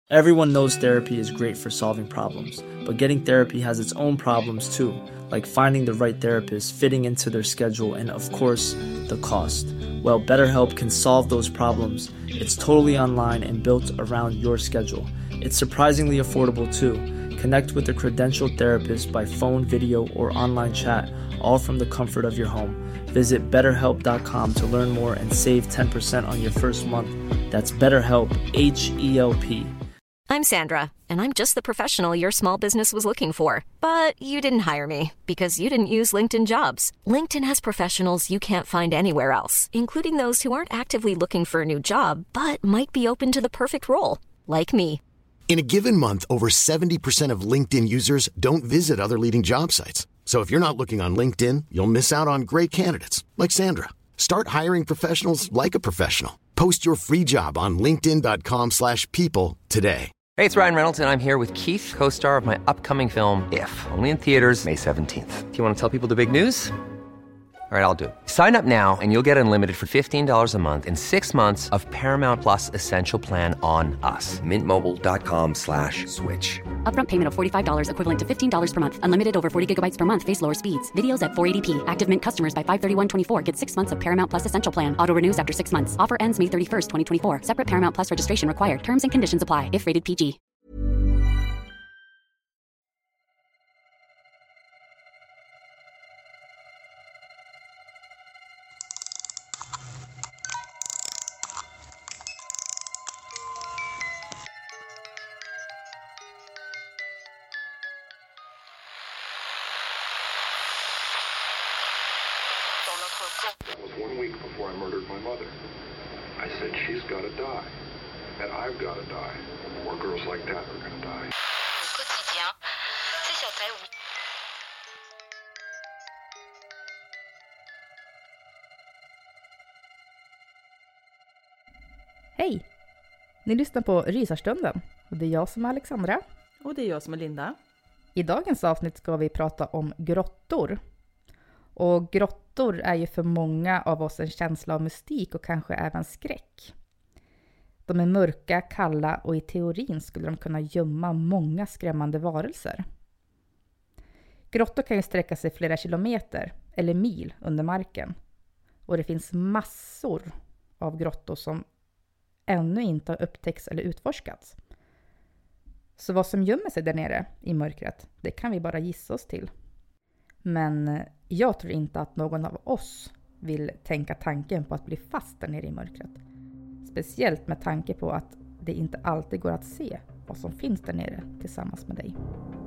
Everyone knows therapy is great for solving problems, but getting therapy has its own problems too, like finding the right therapist, fitting into their schedule, and of course, the cost. Well, BetterHelp can solve those problems. It's totally online and built around your schedule. It's surprisingly affordable too. Connect with a credentialed therapist by phone, video, or online chat, all from the comfort of your home. Visit BetterHelp.com to learn more and save 10% on your first month. That's BetterHelp, H-E-L-P. I'm Sandra, and I'm just the professional your small business was looking for. But you didn't hire me because you didn't use LinkedIn Jobs. LinkedIn has professionals you can't find anywhere else, including those who aren't actively looking for a new job, but might be open to the perfect role, like me. In a given month, over 70% of LinkedIn users don't visit other leading job sites. So if you're not looking on LinkedIn, you'll miss out on great candidates like Sandra. Start hiring professionals like a professional. Post your free job on linkedin.com/people today. Hey, it's Ryan Reynolds, and I'm here with Keith, co-star of my upcoming film, If, only in theaters May 17th. Do you want to tell people the big news? All right, I'll do it. Sign up now and you'll get unlimited for $15 a month and 6 months of Paramount Plus Essential Plan on us. MintMobile.com/switch. Upfront payment of $45 equivalent to $15 per month. Unlimited over 40 gigabytes per month. Face lower speeds. Videos at 480p. Active Mint customers by 531.24 get 6 months of Paramount Plus Essential Plan. Auto renews after 6 months. Offer ends May 31st, 2024. Separate Paramount Plus registration required. Terms and conditions apply if rated PG. It was 1 week before I murdered my mother. I said, she's got to die. And I've got to die. More girls like that are going to die. Au quotidien, c'est sur Terre, oui. Hej! Ni lyssnar på Rysarstunden och det är jag som är Alexandra. Och det är jag som är Linda. I dagens avsnitt ska vi prata om grottor. Och grottor är ju för många av oss en känsla av mystik och kanske även skräck. De är mörka, kalla och i teorin skulle de kunna gömma många skrämmande varelser. Grottor kan ju sträcka sig flera kilometer eller mil under marken. Och det finns massor av grottor som ännu inte har upptäckts eller utforskats. Så vad som gömmer sig där nere i mörkret, det kan vi bara gissa oss till. Men jag tror inte att någon av oss vill tänka tanken på att bli fast där nere i mörkret. Speciellt med tanke på att det inte alltid går att se vad som finns där nere tillsammans med dig.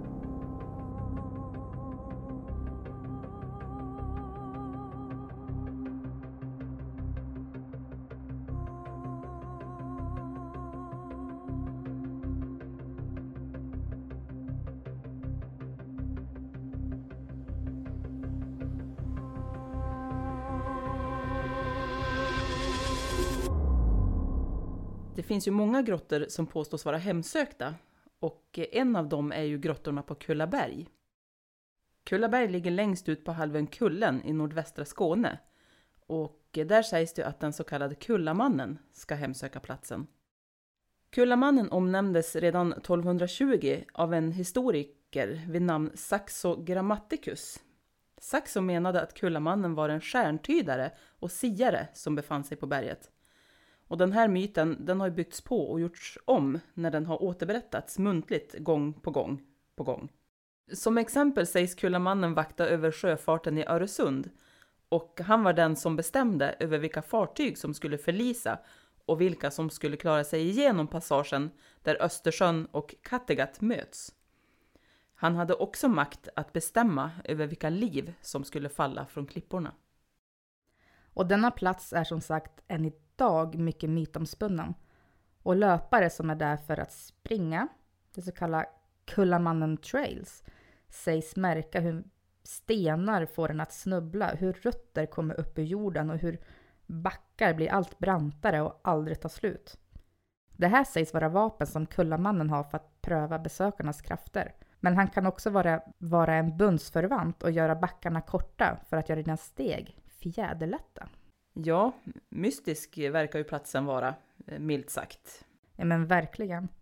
Det finns ju många grottor som påstås vara hemsökta och en av dem är ju grottorna på Kullaberg. Kullaberg ligger längst ut på halvön Kullen i nordvästra Skåne och där sägs det att den så kallade Kullamannen ska hemsöka platsen. Kullamannen omnämndes redan 1220 av en historiker vid namn Saxo Grammaticus. Saxo menade att Kullamannen var en stjärntydare och siare som befann sig på berget. Och den här myten, den har ju byggts på och gjorts om när den har återberättats muntligt gång på gång på gång. Som exempel sägs Kullamannen vakta över sjöfarten i Öresund och han var den som bestämde över vilka fartyg som skulle förlisa och vilka som skulle klara sig igenom passagen där Östersjön och Kattegatt möts. Han hade också makt att bestämma över vilka liv som skulle falla från klipporna. Och denna plats är som sagt än idag mycket mytomspunnen. Och löpare som är där för att springa, det så kallade Kullamannen Trails, sägs märka hur stenar får den att snubbla, hur rötter kommer upp ur jorden och hur backar blir allt brantare och aldrig tar slut. Det här sägs vara vapen som Kullamannen har för att pröva besökarnas krafter. Men han kan också vara en bundsförvant och göra backarna korta för att göra dina steg fjäderlätta. Ja, mystisk verkar ju platsen vara, milt sagt. Ja men verkligen.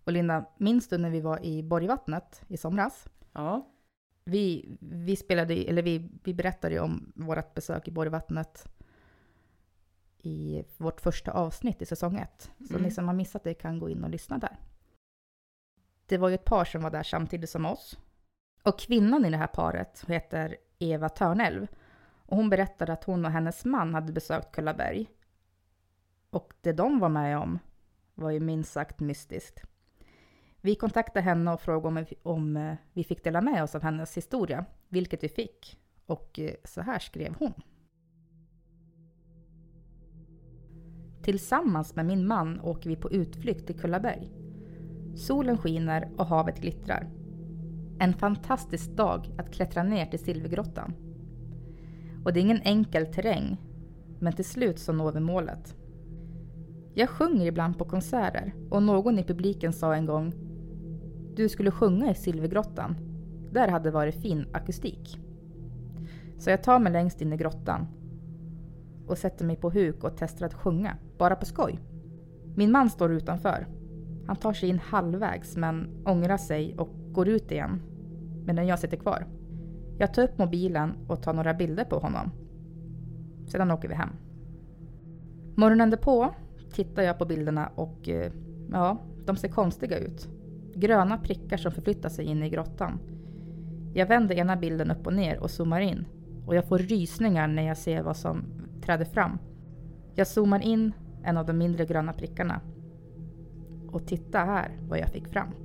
Och Linda, minns du när vi var i Borgvattnet i somras? Ja. Vi berättade ju om vårt besök i Borgvattnet i vårt första avsnitt i säsong 1. Så ni som har missat det kan gå in och lyssna där. Det var ju ett par som var där samtidigt som oss. Och kvinnan i det här paret heter Eva Törnelv. Och hon berättade att hon och hennes man hade besökt Kullaberg. Och det de var med om var ju minst sagt mystiskt. Vi kontaktade henne och frågade om vi fick dela med oss av hennes historia. Vilket vi fick. Och så här skrev hon. Tillsammans med min man åker vi på utflykt till Kullaberg. Solen skiner och havet glittrar. En fantastisk dag att klättra ner till Silvergrottan. Och det är ingen enkel terräng, men till slut så når vi målet. Jag sjunger ibland på konserter och någon i publiken sa en gång: du skulle sjunga i Silvergrottan. Där hade varit fin akustik. Så jag tar mig längst in i grottan och sätter mig på huk och testar att sjunga, bara på skoj. Min man står utanför. Han tar sig in halvvägs men ångrar sig och går ut igen, medan jag sitter kvar. Jag tar upp mobilen och tar några bilder på honom. Sedan åker vi hem. Morgonen därpå tittar jag på bilderna och de ser konstiga ut. Gröna prickar som förflyttar sig in i grottan. Jag vänder ena bilden upp och ner och zoomar in. Och jag får rysningar när jag ser vad som träder fram. Jag zoomar in en av de mindre gröna prickarna. Och titta här vad jag fick fram.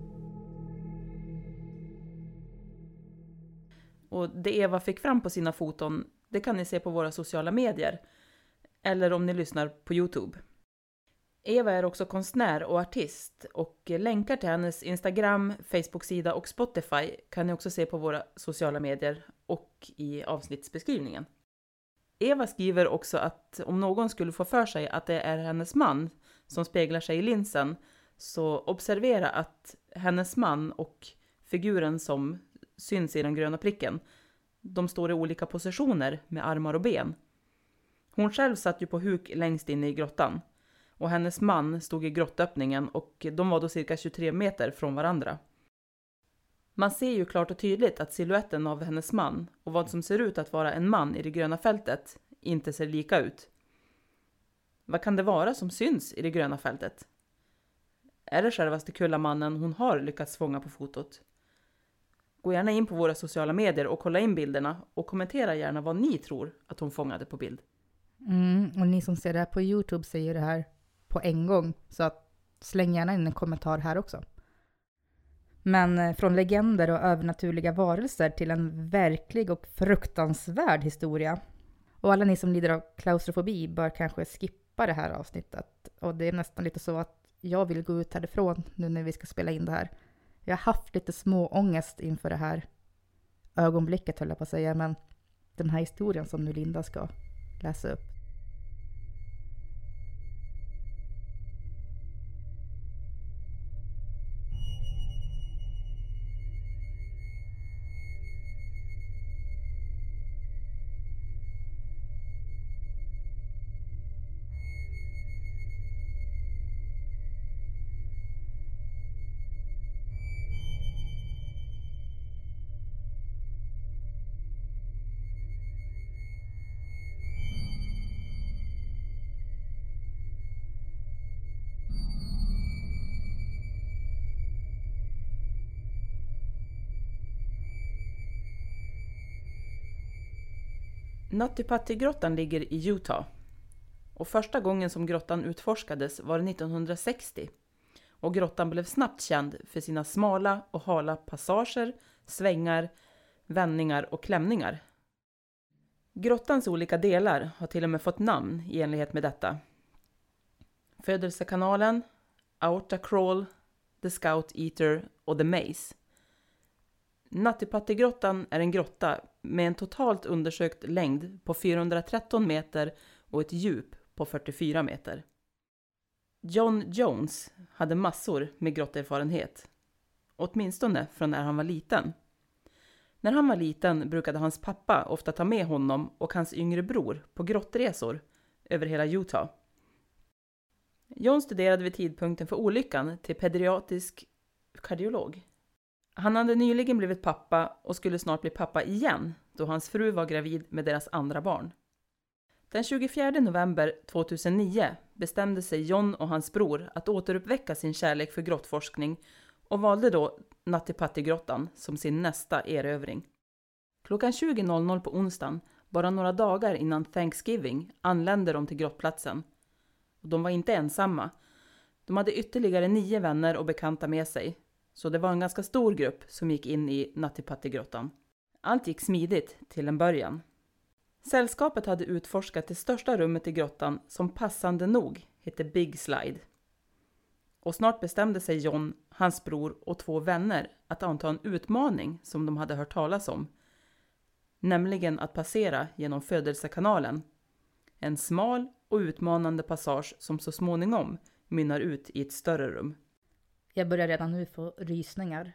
Och det Eva fick fram på sina foton, det kan ni se på våra sociala medier. Eller om ni lyssnar på YouTube. Eva är också konstnär och artist. Och länkar till hennes Instagram, Facebook-sida och Spotify kan ni också se på våra sociala medier och i avsnittsbeskrivningen. Eva skriver också att om någon skulle få för sig att det är hennes man som speglar sig i linsen, så observera att hennes man och figuren som syns i den gröna pricken, de står i olika positioner med armar och ben. Hon själv satt ju på huk längst inne i grottan. Och hennes man stod i grottöppningen och de var då cirka 23 meter från varandra. Man ser ju klart och tydligt att siluetten av hennes man och vad som ser ut att vara en man i det gröna fältet inte ser lika ut. Vad kan det vara som syns i det gröna fältet? Är det självaste Kullamannen hon har lyckats fånga på fotot? Gå gärna in på våra sociala medier och kolla in bilderna och kommentera gärna vad ni tror att hon fångade på bild. Och ni som ser det här på YouTube säger det här på en gång, så att släng gärna in en kommentar här också. Men från legender och övernaturliga varelser till en verklig och fruktansvärd historia. Och alla ni som lider av klaustrofobi bör kanske skippa det här avsnittet. Och det är nästan lite så att jag vill gå ut härifrån nu när vi ska spela in det här. Jag har haft lite små ångest inför det här ögonblicket, höll jag på att säga. Men den här historien som nu Linda ska läsa upp. Nattipattigrottan ligger i Utah. Och första gången som grottan utforskades var 1960. Och grottan blev snabbt känd för sina smala och hala passager, svängar, vändningar och klämningar. Grottans olika delar har till och med fått namn i enlighet med detta. Födelsekanalen, Aorta Crawl, The Scout Eater och The Maze. Nattipattigrottan är en grotta med en totalt undersökt längd på 413 meter och ett djup på 44 meter. John Jones hade massor med grotterfarenhet, åtminstone från när han var liten. När han var liten brukade hans pappa ofta ta med honom och hans yngre bror på grottresor över hela Utah. John studerade vid tidpunkten för olyckan till pediatrisk kardiolog. Han hade nyligen blivit pappa och skulle snart bli pappa igen då hans fru var gravid med deras andra barn. Den 24 november 2009 bestämde sig John och hans bror att återuppväcka sin kärlek för grottforskning och valde då Nattipattigrottan som sin nästa erövring. Klockan 20.00 på onsdagen, bara några dagar innan Thanksgiving, anlände de till grottplatsen. Och de var inte ensamma. De hade ytterligare 9 vänner och bekanta med sig. Så det var en ganska stor grupp som gick in i Nattipattigrottan. Allt gick smidigt till en början. Sällskapet hade utforskat det största rummet i grottan som passande nog hette Big Slide. Och snart bestämde sig John, hans bror och 2 vänner att anta en utmaning som de hade hört talas om. Nämligen att passera genom födelsekanalen. En smal och utmanande passage som så småningom mynnar ut i ett större rum. Jag börjar redan nu få rysningar.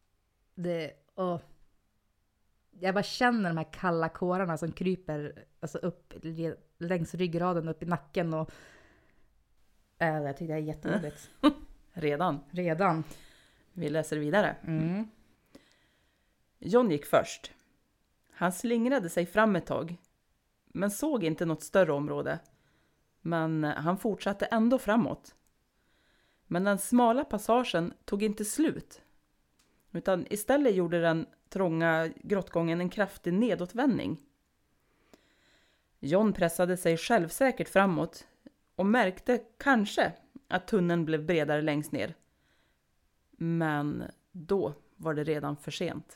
Jag bara känner de här kalla kårarna som kryper alltså upp längs ryggraden upp i nacken. Och jag tycker det är jättejobbigt. Redan. Vi läser vidare. John gick först. Han slingrade sig fram ett tag, men såg inte något större område. Men han fortsatte ändå framåt. Men den smala passagen tog inte slut. Utan istället gjorde den trånga grottgången en kraftig nedåtvändning. John pressade sig självsäkert framåt och märkte kanske att tunneln blev bredare längst ner. Men då var det redan för sent.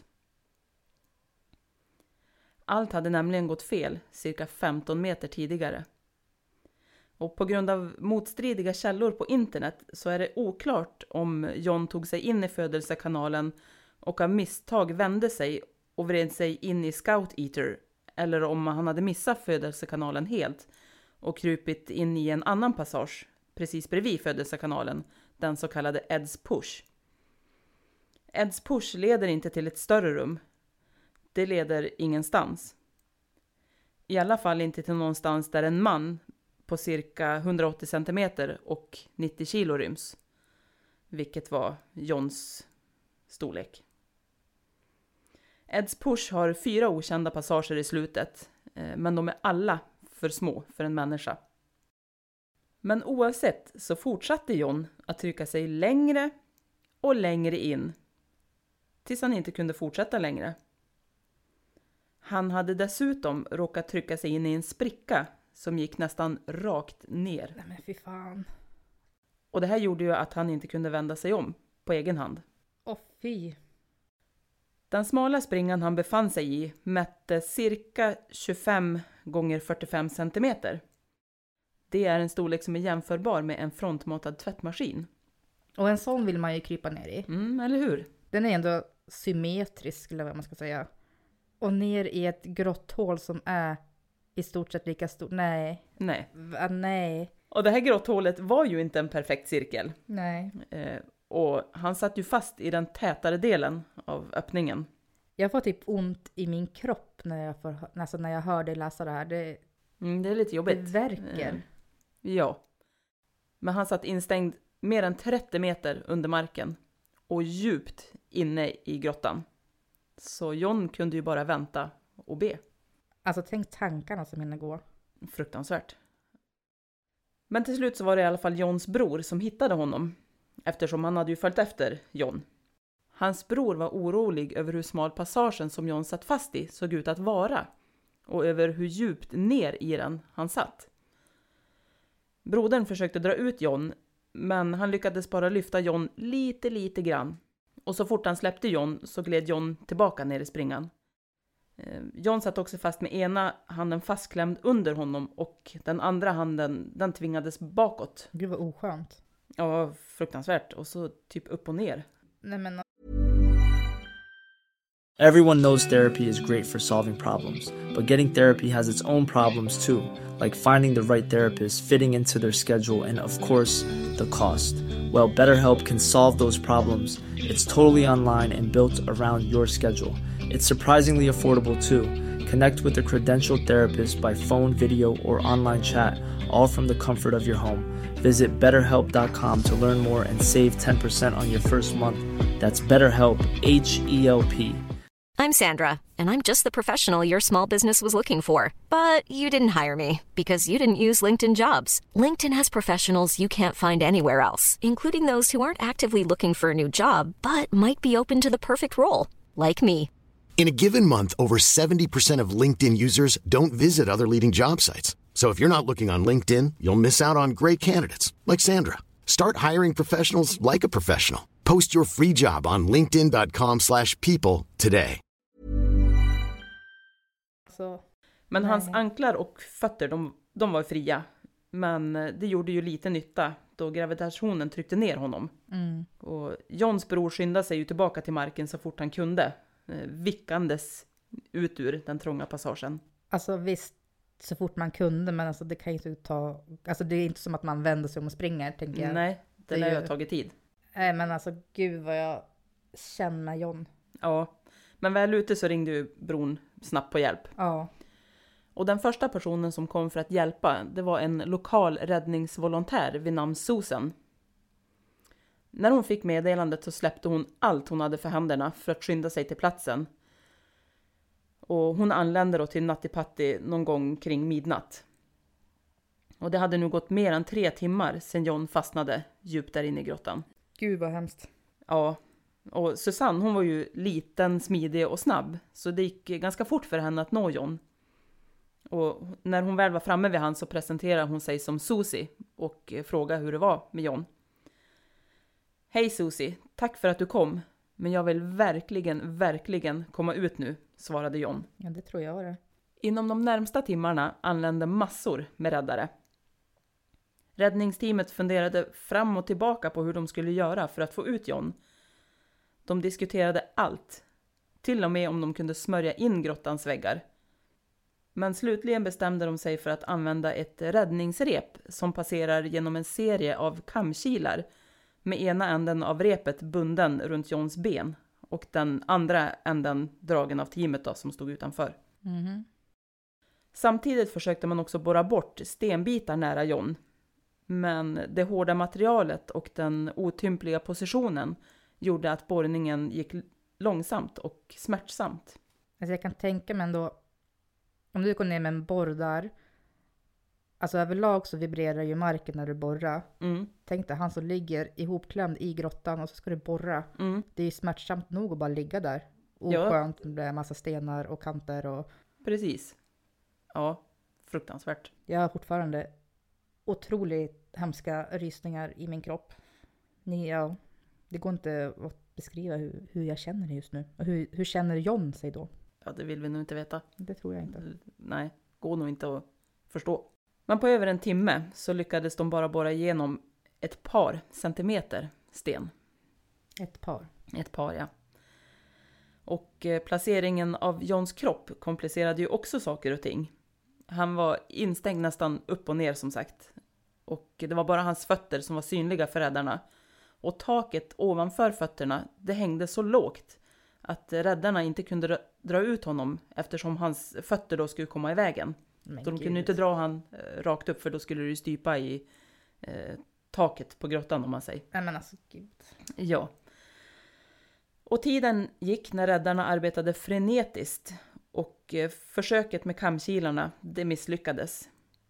Allt hade nämligen gått fel cirka 15 meter tidigare. Och på grund av motstridiga källor på internet så är det oklart om John tog sig in i födelsekanalen och av misstag vände sig och vred sig in i Scout Eater, eller om han hade missat födelsekanalen helt och krupit in i en annan passage precis bredvid födelsekanalen, den så kallade Ed's Push. Ed's Push leder inte till ett större rum. Det leder ingenstans. I alla fall inte till någonstans där en man på cirka 180 cm och 90 kilo ryms. Vilket var Johns storlek. Ed's Push har 4 okända passager i slutet. Men de är alla för små för en människa. Men oavsett så fortsatte John att trycka sig längre och längre in. Tills han inte kunde fortsätta längre. Han hade dessutom råkat trycka sig in i en spricka som gick nästan rakt ner. Nej men fy fan. Och det här gjorde ju att han inte kunde vända sig om på egen hand. Åh fy. Den smala springan han befann sig i mätte cirka 25 gånger 45 centimeter. Det är en storlek som är jämförbar med en frontmatad tvättmaskin. Och en sån vill man ju krypa ner i. Eller hur? Den är ändå symmetrisk eller vad man ska säga. Och ner i ett grotthål som är i stort sett lika stort. Nej. Nej. Och det här grotthålet var ju inte en perfekt cirkel. Nej. Och han satt ju fast i den tätare delen av öppningen. Jag får typ ont i min kropp när jag hör dig läsa det här. Det är lite jobbigt. Det verkar. Ja. Men han satt instängd mer än 30 meter under marken. Och djupt inne i grottan. Så John kunde ju bara vänta och be. Alltså tänk tankarna som hinner gå. Fruktansvärt. Men till slut så var det i alla fall Johns bror som hittade honom. Eftersom han hade ju följt efter John. Hans bror var orolig över hur smal passagen som John satt fast i såg ut att vara. Och över hur djupt ner i den han satt. Brodern försökte dra ut John. Men han lyckades bara lyfta John lite grann. Och så fort han släppte John så gled John tillbaka ner i springan. John satt också fast med ena handen fastklämd under honom och den andra handen den tvingades bakåt. Gud vad oskönt. Ja, fruktansvärt. Och så typ upp och ner. Nej men... Everyone knows therapy is great for solving problems, but getting therapy has its own problems too, like finding the right therapist, fitting into their schedule, and of course, the cost. Well, BetterHelp can solve those problems. It's totally online and built around your schedule. It's surprisingly affordable too. Connect with a credentialed therapist by phone, video, or online chat, all from the comfort of your home. Visit BetterHelp.com to learn more and save 10% on your first month. That's BetterHelp, H-E-L-P. I'm Sandra, and I'm just the professional your small business was looking for. But you didn't hire me because you didn't use LinkedIn Jobs. LinkedIn has professionals you can't find anywhere else, including those who aren't actively looking for a new job, but might be open to the perfect role, like me. In a given month, over 70% of LinkedIn users don't visit other leading job sites. So if you're not looking on LinkedIn, you'll miss out on great candidates like Sandra. Start hiring professionals like a professional. Post your free job on linkedin.com/people today. Men hans anklar och fötter, de var fria. Men det gjorde ju lite nytta då gravitationen tryckte ner honom. Och Johns bror skyndade sig ju tillbaka till marken så fort han kunde. Vickandes ut ur den trånga passagen. Alltså visst, så fort man kunde, men alltså det kan ju inte ta... Alltså det är inte som att man vänder sig om och springer, tänker jag. Nej, det lär ju ha tagit tid. Nej, men alltså gud vad jag känner med John. Ja, men väl ute så ringde ju bron snabbt på hjälp. Ja. Och den första personen som kom för att hjälpa, det var en lokal räddningsvolontär vid namn Susan. När hon fick meddelandet så släppte hon allt hon hade för händerna för att skynda sig till platsen. Och hon anlände då till Nattipatti någon gång kring midnatt. Och det hade nu gått mer än 3 timmar sedan John fastnade djupt där inne i grottan. Gud vad hemskt. Ja, och Susanne hon var ju liten, smidig och snabb. Så det gick ganska fort för henne att nå John. Och när hon väl var framme vid han så presenterade hon sig som Susie och frågade hur det var med John. Hej Susie, tack för att du kom. Men jag vill verkligen komma ut nu, svarade John. Ja, det tror jag det. Inom de närmsta timmarna anlände massor med räddare. Räddningsteamet funderade fram och tillbaka på hur de skulle göra för att få ut John. De diskuterade allt, till och med om de kunde smörja in grottans väggar. Men slutligen bestämde de sig för att använda ett räddningsrep som passerar genom en serie av kamkilar med ena änden av repet bunden runt Johns ben och den andra änden dragen av teamet då, som stod utanför. Mm. Samtidigt försökte man också borra bort stenbitar nära John. Men det hårda materialet och den otympliga positionen gjorde att borrningen gick långsamt och smärtsamt. Alltså jag kan tänka mig ändå, om du går ner med en borr där, alltså överlag så vibrerar ju marken när du borrar. Tänk dig han som ligger ihopklämd i grottan och så ska du borra. Det är ju smärtsamt nog att bara ligga där. Oskönt med massa stenar och kanter. Och... Precis. Ja, fruktansvärt. Jag har fortfarande otroligt hemska rysningar i min kropp. Det går inte att beskriva hur jag känner det just nu. Och hur känner John sig då? Ja, det vill vi nog inte veta. Det tror jag inte. Nej, går nog inte att förstå. Men på över en timme så lyckades de bara borra igenom ett par centimeter sten. Ett par, ja. Och placeringen av Johns kropp komplicerade ju också saker och ting. Han var instängd nästan upp och ner som sagt. Och det var bara hans fötter som var synliga för räddarna. Och taket ovanför fötterna, det hängde så lågt att räddarna inte kunde dra ut honom eftersom hans fötter då skulle komma i vägen. Så de kunde inte dra han rakt upp för då skulle det stypa i taket på grottan om man säger. Nej men alltså gud. Ja. Och tiden gick när räddarna arbetade frenetiskt och försöket med kamkilarna, det misslyckades.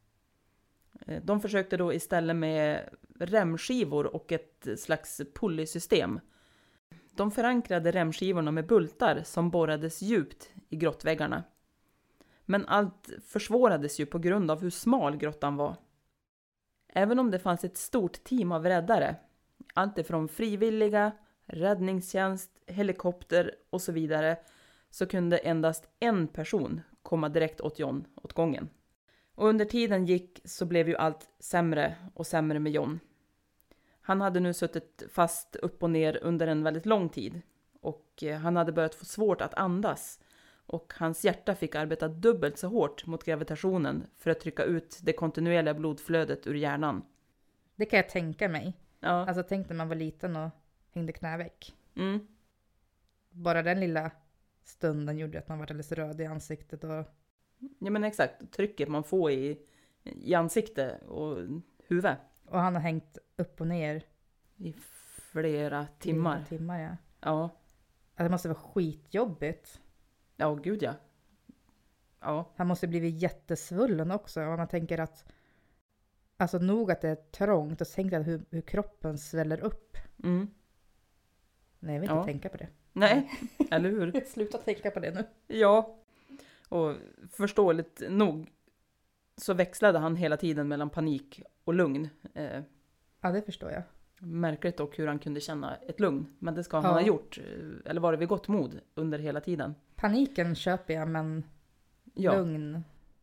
De försökte då istället med remskivor och ett slags pulley-system. De förankrade remskivorna med bultar som borrades djupt i grottväggarna. Men allt försvårades ju på grund av hur smal grottan var. Även om det fanns ett stort team av räddare, allt ifrån frivilliga, räddningstjänst, helikopter och så vidare, så kunde endast en person komma direkt åt John åt gången. Och under tiden gick så blev ju allt sämre och sämre med John. Han hade nu suttit fast upp och ner under en väldigt lång tid och han hade börjat få svårt att andas. Och hans hjärta fick arbeta dubbelt så hårt mot gravitationen för att trycka ut det kontinuerliga blodflödet ur hjärnan. Det kan jag tänka mig. Ja. Alltså tänk när man var liten och hängde knäveck. Mm. Bara den lilla stunden gjorde att man var alldeles röd i ansiktet. Och... Ja men exakt, trycket man får i ansikte och huvud. Och han har hängt upp och ner. I flera timmar. Ja. Ja. Det måste vara skitjobbigt. Ja, gud ja. Ja. Han måste blivit jättesvullen också. Om man tänker att, alltså nog att det är trångt och tänk att hur kroppen sväller upp. Mm. Nej, jag vill inte tänka på det. Nej, eller hur? Sluta tänka på det nu. Ja, och förståeligt nog så växlade han hela tiden mellan panik och lugn. Ja, det förstår jag. Märkligt dock hur han kunde känna ett lugn. Men det ska han ha gjort. Eller var det vid gott mod under hela tiden? Paniken köper jag, men lugn.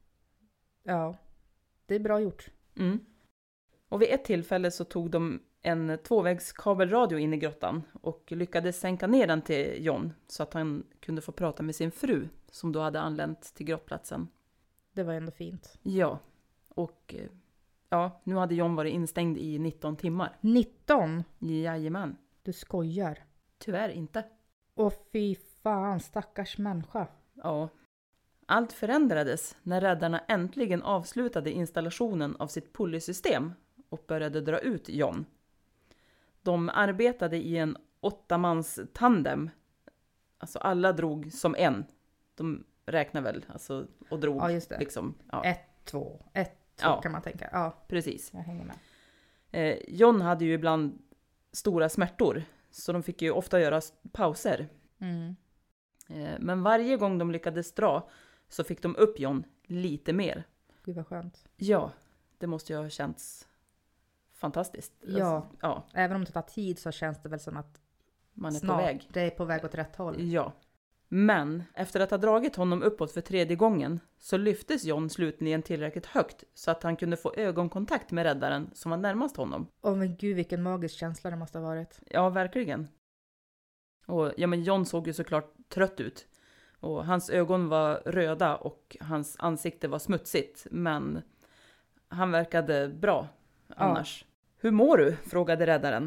Ja, det är bra gjort. Mm. Och vid ett tillfälle så tog de en 2-vägskabelradio in i grottan och lyckades sänka ner den till John så att han kunde få prata med sin fru som då hade anlänt till grottplatsen. Det var ändå fint. Ja, och nu hade John varit instängd i 19 timmar. 19? Jajamän. Du skojar. Tyvärr inte. Och fy fan, stackars människa. Ja. Allt förändrades när räddarna äntligen avslutade installationen av sitt pulley-system och började dra ut John. De arbetade i en 8-mans tandem. Alltså alla drog som en. De räknade väl alltså, och drog. Ja, just det. Liksom, 1, 2 kan man tänka. Ja, precis. Jag hänger med. John hade ju ibland stora smärtor. Så de fick ju ofta göra pauser. Mm. Men varje gång de lyckades dra så fick de upp John lite mer. Gud vad skönt. Ja, det måste ju ha känts fantastiskt. Ja, alltså, ja. Även om det tar tid så känns det väl som att man är snart, på väg. Det är på väg åt rätt håll. Ja. Men efter att ha dragit honom uppåt för 3:e gången så lyftes John slutligen tillräckligt högt så att han kunde få ögonkontakt med räddaren som var närmast honom. Åh men gud, vilken magisk känsla det måste ha varit. Ja, verkligen. Och ja, men John såg ju såklart trött ut. Och hans ögon var röda och hans ansikte var smutsigt. Men han verkade bra annars. Ja. Hur mår du? Frågade räddaren.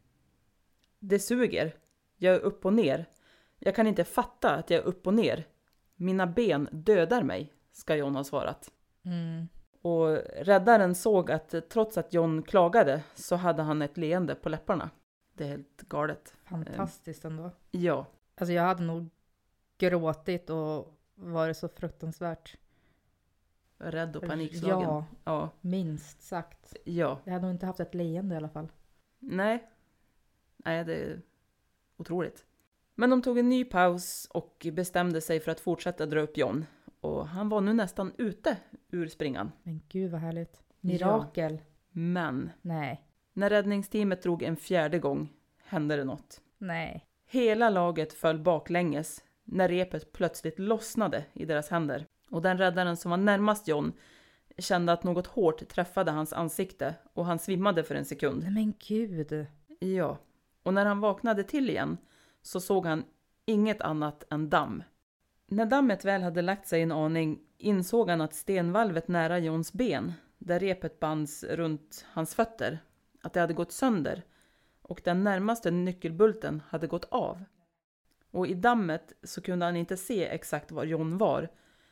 Det suger. Jag är upp och ner. Jag kan inte fatta att jag är upp och ner. Mina ben dödar mig, ska John ha svarat. Mm. Och räddaren såg att trots att John klagade så hade han ett leende på läpparna. Det är helt galet. Fantastiskt ändå. Ja. Alltså jag hade nog gråtit och varit så fruktansvärt rädd och panikslagen. Ja, minst sagt. Ja. Jag hade nog inte haft ett leende i alla fall. Nej, det är otroligt. Men de tog en ny paus och bestämde sig för att fortsätta dra upp John. Och han var nu nästan ute ur springan. Men gud vad härligt. Mirakel. Ja. Men. Nej. När räddningsteamet drog en 4:e gång hände det något. Nej. Hela laget föll baklänges när repet plötsligt lossnade i deras händer. Och den räddaren som var närmast John kände att något hårt träffade hans ansikte och han svimmade för en sekund. Nej men gud. Ja. Och när han vaknade till igen så såg han inget annat än damm. När dammet väl hade lagt sig en aning insåg han att stenvalvet nära Johns ben, där repet bands runt hans fötter, att det hade gått sönder och den närmaste nyckelbulten hade gått av. Och i dammet så kunde han inte se exakt var John var,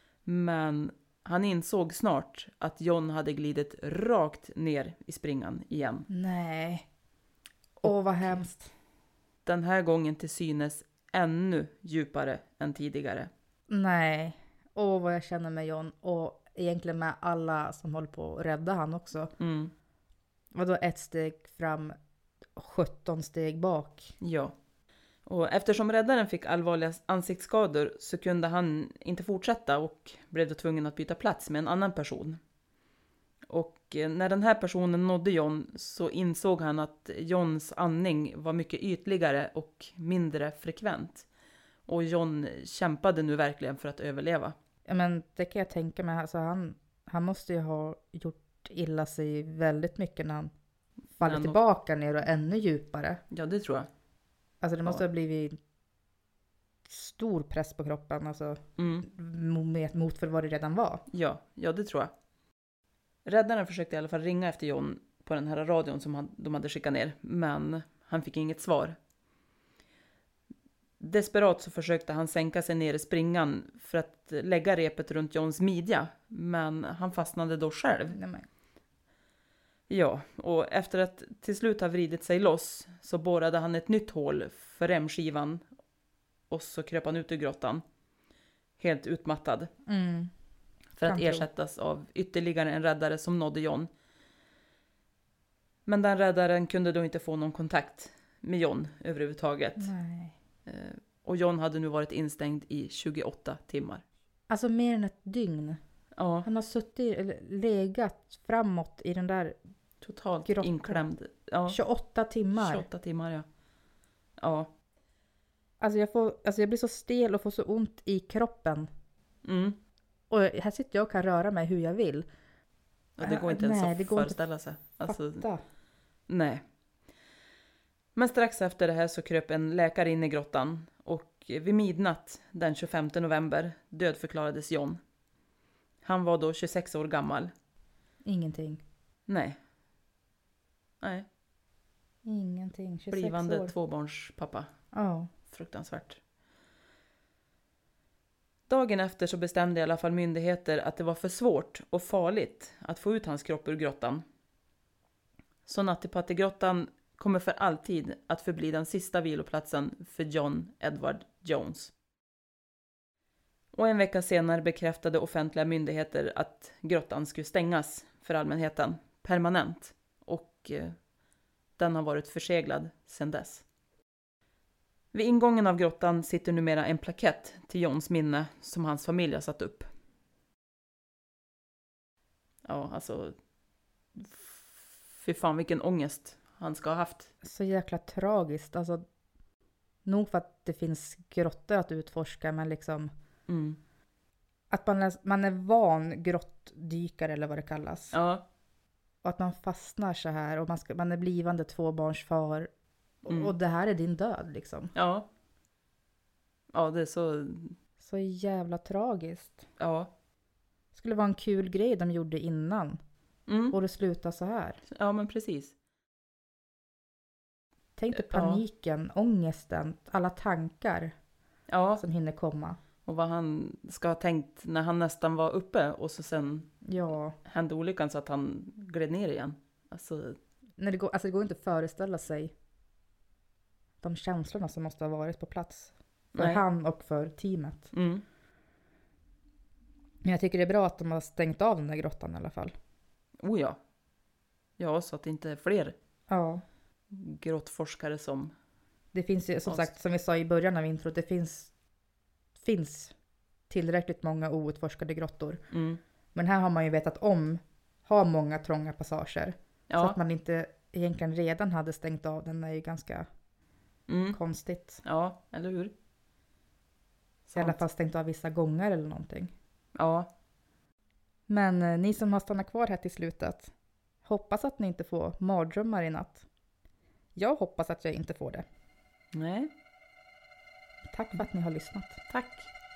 men han insåg snart att John hade glidit rakt ner i springan igen. Nej. Åh vad hemskt. Den här gången till synes ännu djupare än tidigare. Nej. Åh vad jag känner med John. Och egentligen med alla som håller på att rädda han också. Mm. Vadå 1 steg fram, 17 steg bak? Ja. Och eftersom räddaren fick allvarliga ansiktsskador så kunde han inte fortsätta och blev då tvungen att byta plats med en annan person. Och när den här personen nådde John så insåg han att Johns andning var mycket ytligare och mindre frekvent. Och John kämpade nu verkligen för att överleva. Ja men det kan jag tänka mig. Alltså, han måste ju ha gjort illa sig väldigt mycket när han faller tillbaka ner och ännu djupare. Ja det tror jag. Alltså det måste ha blivit stor press på kroppen. Alltså, mot för vad det redan var. Ja det tror jag. Räddaren försökte i alla fall ringa efter John på den här radion som de hade skickat ner. Men han fick inget svar. Desperat så försökte han sänka sig ner i springan för att lägga repet runt Johns midja, men han fastnade då själv. Nej. Ja, och efter att till slut ha vridit sig loss så borrade han ett nytt hål för remskivan och så kröp han ut ur grottan. Helt utmattad. För att ersättas av ytterligare en räddare som nådde John. Men den räddaren kunde då inte få någon kontakt med John överhuvudtaget. Nej. Och John hade nu varit instängd i 28 timmar. Alltså mer än ett dygn. Ja. Han har legat framåt i den där Totalt grottan. inklämd. Ja. 28 timmar. 28 timmar, ja. Ja. Alltså jag blir så stel och får så ont i kroppen. Och här sitter jag och kan röra mig hur jag vill. Ja, det går inte ens att föreställa sig. Fatta. Nej. Men strax efter det här så kröp en läkare in i grottan. Och vid midnatt den 25 november dödförklarades John. Han var då 26 år gammal. Ingenting. Nej. Ingenting. 26 Blivande år. tvåbarnspappa. Ja. Fruktansvärt. Dagen efter så bestämde i alla fall myndigheter att det var för svårt och farligt att få ut hans kropp ur grottan. Så Nattipattigrottan kommer för alltid att förbli den sista viloplatsen för John Edward Jones. Och en vecka senare bekräftade offentliga myndigheter att grottan skulle stängas för allmänheten permanent. Och den har varit förseglad sedan dess. Vid ingången av grottan sitter numera en plakett till Johns minne som hans familj har satt upp. Ja, alltså... Fy fan vilken ångest han ska ha haft. Så jäkla tragiskt. Alltså, nog för att det finns grottor att utforska, men liksom... Att man är van grottdykare eller vad det kallas. Ja. Och att man fastnar så här och man är blivande tvåbarnsfar. Och det här är din död liksom. Ja. Ja, det är så... Så jävla tragiskt. Ja. Det skulle vara en kul grej de gjorde innan. Och det slutar så här. Ja, men precis. Tänk dig paniken, ångesten, alla tankar som hinner komma. Och vad han ska ha tänkt när han nästan var uppe och så sen hände olyckan så att han gled ner igen. Alltså... Det går inte att föreställa sig de känslorna som måste ha varit på plats. För han och för teamet. Men jag tycker det är bra att de har stängt av den där grottan i alla fall. Oh ja. Ja, så att det inte är fler grottforskare som... Det finns ju, som sagt, som vi sa i början av introt, det finns tillräckligt många outforskade grottor. Men här har man ju vetat om, har många trånga passager. Så att man inte egentligen redan hade stängt av den är ju ganska konstigt. Ja, eller hur? I alla fall stängt av vissa gånger eller någonting. Ja. Men ni som har stannat kvar här till slutet, hoppas att ni inte får mardrömmar i natt. Jag hoppas att jag inte får det. Nej. Tack för att ni har lyssnat. Tack.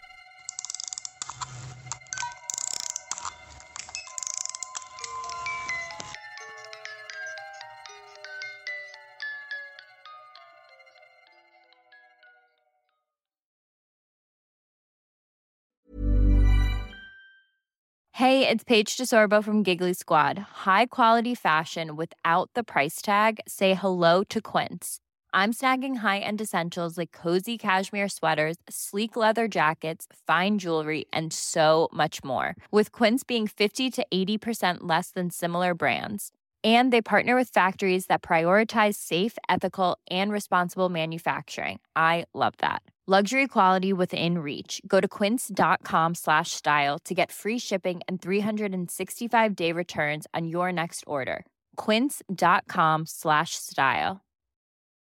Hey, it's Paige DeSorbo from Giggly Squad. High quality fashion without the price tag. Say hello to Quince. I'm snagging high-end essentials like cozy cashmere sweaters, sleek leather jackets, fine jewelry, and so much more. With Quince being 50 to 80% less than similar brands. And they partner with factories that prioritize safe, ethical, and responsible manufacturing. I love that. Luxury quality within reach. Go to quince.com/style to get free shipping and 365-day returns on your next order. Quince.com/style.